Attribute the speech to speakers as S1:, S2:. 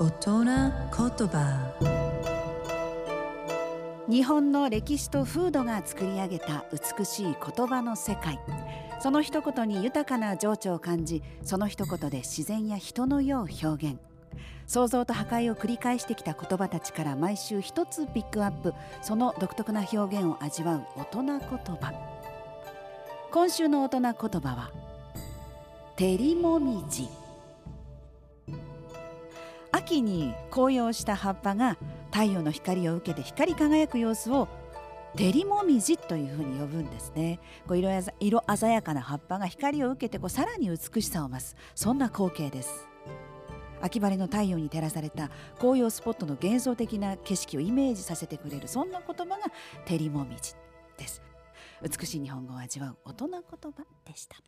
S1: 大人言葉。
S2: 日本の歴史と風土が作り上げた美しい言葉の世界。その一言に豊かな情緒を感じ、その一言で自然や人の世を表現。創造と破壊を繰り返してきた言葉たちから毎週一つピックアップ、その独特な表現を味わう大人言葉。今週の大人言葉は照りもみじ。秋に紅葉した葉っぱが太陽の光を受けて光り輝く様子を照りもみじというふうに呼ぶんですね。色鮮やかな葉っぱが光を受けてさらに美しさを増す、そんな光景です。秋晴れの太陽に照らされた紅葉スポットの幻想的な景色をイメージさせてくれる、そんな言葉が照りもみじです。美しい日本語を味わう大人言葉でした。